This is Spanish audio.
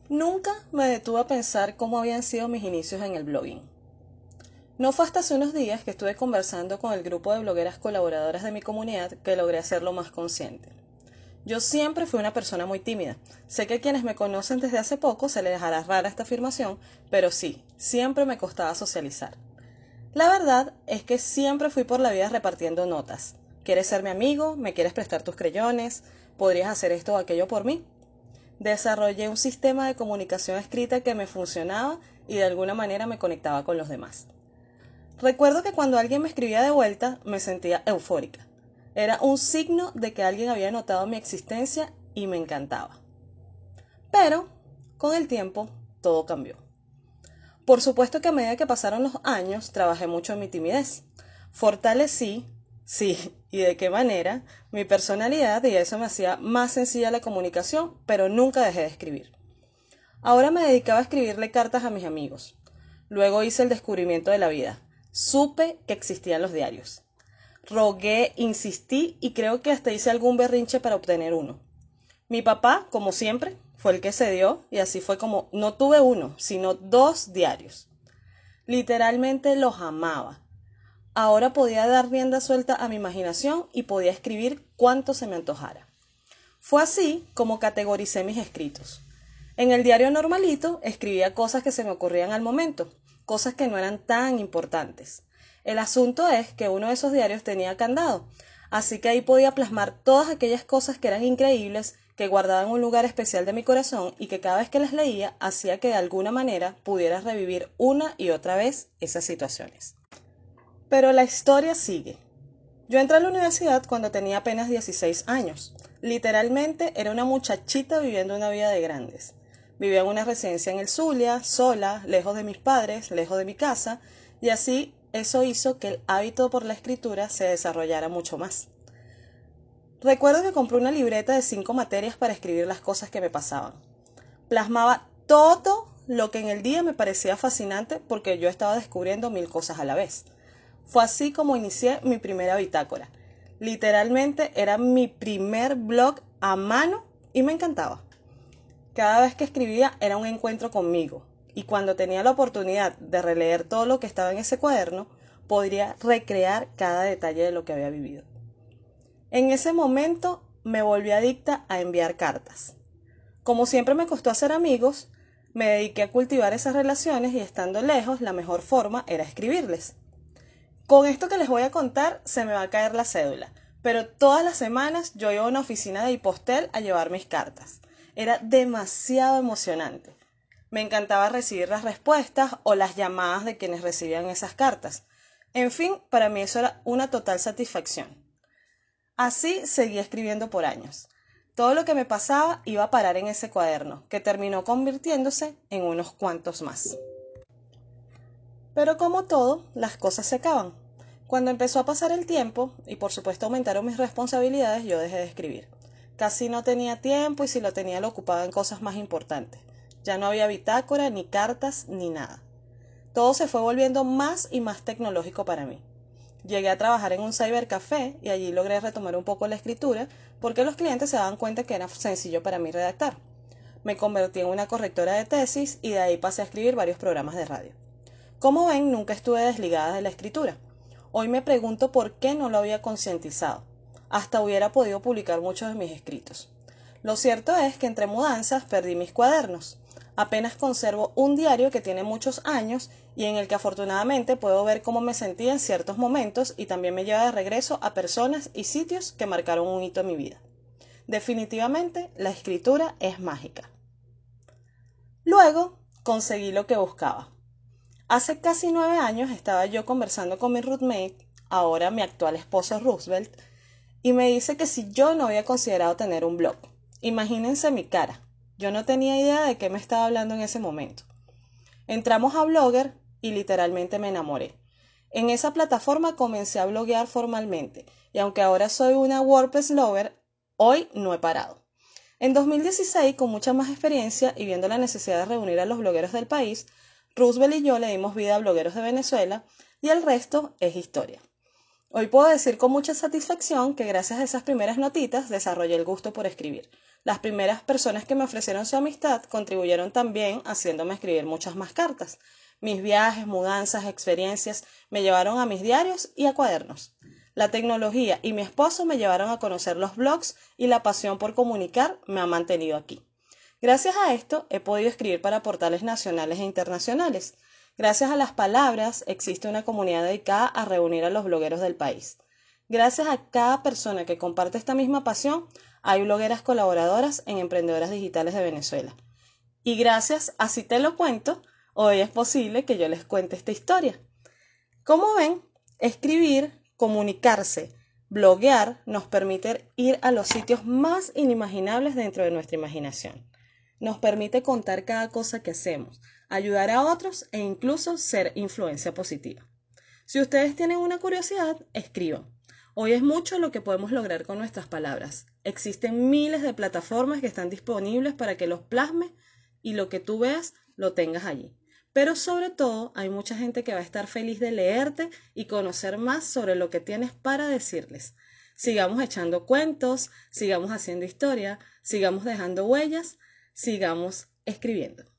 Nunca me detuve a pensar cómo habían sido mis inicios en el blogging. No fue hasta hace unos días que estuve conversando con el grupo de blogueras colaboradoras de mi comunidad que logré hacerlo más consciente. Yo siempre fui una persona muy tímida. Sé que quienes me conocen desde hace poco se les hará rara esta afirmación, pero sí, siempre me costaba socializar. La verdad es que siempre fui por la vida repartiendo notas. ¿Quieres ser mi amigo? ¿Me quieres prestar tus creyones? ¿Podrías hacer esto o aquello por mí? Desarrollé un sistema de comunicación escrita que me funcionaba y de alguna manera me conectaba con los demás. Recuerdo que cuando alguien me escribía de vuelta me sentía eufórica. Era un signo de que alguien había notado mi existencia y me encantaba. Pero, con el tiempo, todo cambió. Por supuesto que a medida que pasaron los años, trabajé mucho en mi timidez. Fortalecí, sí, y de qué manera, mi personalidad y eso me hacía más sencilla la comunicación, pero nunca dejé de escribir. Ahora me dedicaba a escribirle cartas a mis amigos. Luego hice el descubrimiento de la vida. Supe que existían los diarios. Rogué, insistí y creo que hasta hice algún berrinche para obtener uno. Mi papá, como siempre, fue el que cedió y así fue como no tuve uno, sino 2 diarios. Literalmente los amaba. Ahora podía dar rienda suelta a mi imaginación y podía escribir cuanto se me antojara. Fue así como categoricé mis escritos. En el diario normalito escribía cosas que se me ocurrían al momento, cosas que no eran tan importantes. El asunto es que uno de esos diarios tenía candado, así que ahí podía plasmar todas aquellas cosas que eran increíbles, que guardaba en un lugar especial de mi corazón y que cada vez que las leía hacía que de alguna manera pudiera revivir una y otra vez esas situaciones. Pero la historia sigue. Yo entré a la universidad cuando tenía apenas 16 años. Literalmente era una muchachita viviendo una vida de grandes. Vivía en una residencia en el Zulia, sola, lejos de mis padres, lejos de mi casa, y así eso hizo que el hábito por la escritura se desarrollara mucho más. Recuerdo que compré una libreta de 5 materias para escribir las cosas que me pasaban. Plasmaba todo lo que en el día me parecía fascinante porque yo estaba descubriendo 1000 cosas a la vez. Fue así como inicié mi primera bitácora. Literalmente era mi primer blog a mano y me encantaba. Cada vez que escribía era un encuentro conmigo y cuando tenía la oportunidad de releer todo lo que estaba en ese cuaderno, podría recrear cada detalle de lo que había vivido. En ese momento me volví adicta a enviar cartas. Como siempre me costó hacer amigos, me dediqué a cultivar esas relaciones y estando lejos la mejor forma era escribirles. Con esto que les voy a contar se me va a caer la cédula, pero todas las semanas yo iba a una oficina de Hipostel a llevar mis cartas. Era demasiado emocionante. Me encantaba recibir las respuestas o las llamadas de quienes recibían esas cartas. En fin, para mí eso era una total satisfacción. Así seguí escribiendo por años. Todo lo que me pasaba iba a parar en ese cuaderno, que terminó convirtiéndose en unos cuantos más. Pero como todo, las cosas se acaban. Cuando empezó a pasar el tiempo, y por supuesto aumentaron mis responsabilidades, yo dejé de escribir. Casi no tenía tiempo y si lo tenía lo ocupaba en cosas más importantes. Ya no había bitácora, ni cartas, ni nada. Todo se fue volviendo más y más tecnológico para mí. Llegué a trabajar en un cybercafé y allí logré retomar un poco la escritura porque los clientes se daban cuenta que era sencillo para mí redactar. Me convertí en una correctora de tesis y de ahí pasé a escribir varios programas de radio. Como ven, nunca estuve desligada de la escritura. Hoy me pregunto por qué no lo había concientizado. Hasta hubiera podido publicar muchos de mis escritos. Lo cierto es que entre mudanzas perdí mis cuadernos. Apenas conservo un diario que tiene muchos años y en el que afortunadamente puedo ver cómo me sentía en ciertos momentos y también me lleva de regreso a personas y sitios que marcaron un hito en mi vida. Definitivamente, la escritura es mágica. Luego, conseguí lo que buscaba. Hace casi 9 años estaba yo conversando con mi roommate, ahora mi actual esposo Roosevelt, y me dice que si yo no había considerado tener un blog. Imagínense mi cara. Yo no tenía idea de qué me estaba hablando en ese momento. Entramos a Blogger y literalmente me enamoré. En esa plataforma comencé a bloguear formalmente y aunque ahora soy una WordPress lover, hoy no he parado. En 2016, con mucha más experiencia y viendo la necesidad de reunir a los blogueros del país, Roosevelt y yo le dimos vida a blogueros de Venezuela y el resto es historia. Hoy puedo decir con mucha satisfacción que gracias a esas primeras notitas desarrollé el gusto por escribir. Las primeras personas que me ofrecieron su amistad contribuyeron también haciéndome escribir muchas más cartas. Mis viajes, mudanzas, experiencias me llevaron a mis diarios y a cuadernos. La tecnología y mi esposo me llevaron a conocer los blogs y la pasión por comunicar me ha mantenido aquí. Gracias a esto he podido escribir para portales nacionales e internacionales. Gracias a las palabras existe una comunidad dedicada a reunir a los blogueros del país. Gracias a cada persona que comparte esta misma pasión, hay blogueras colaboradoras en Emprendedoras Digitales de Venezuela. Y gracias a Si Te Lo Cuento, hoy es posible que yo les cuente esta historia. Como ven, escribir, comunicarse, bloguear nos permite ir a los sitios más inimaginables dentro de nuestra imaginación. Nos permite contar cada cosa que hacemos, ayudar a otros e incluso ser influencia positiva. Si ustedes tienen una curiosidad, escriban. Hoy es mucho lo que podemos lograr con nuestras palabras. Existen miles de plataformas que están disponibles para que los plasmes y lo que tú veas lo tengas allí. Pero sobre todo hay mucha gente que va a estar feliz de leerte y conocer más sobre lo que tienes para decirles. Sigamos echando cuentos, sigamos haciendo historia, sigamos dejando huellas, sigamos escribiendo.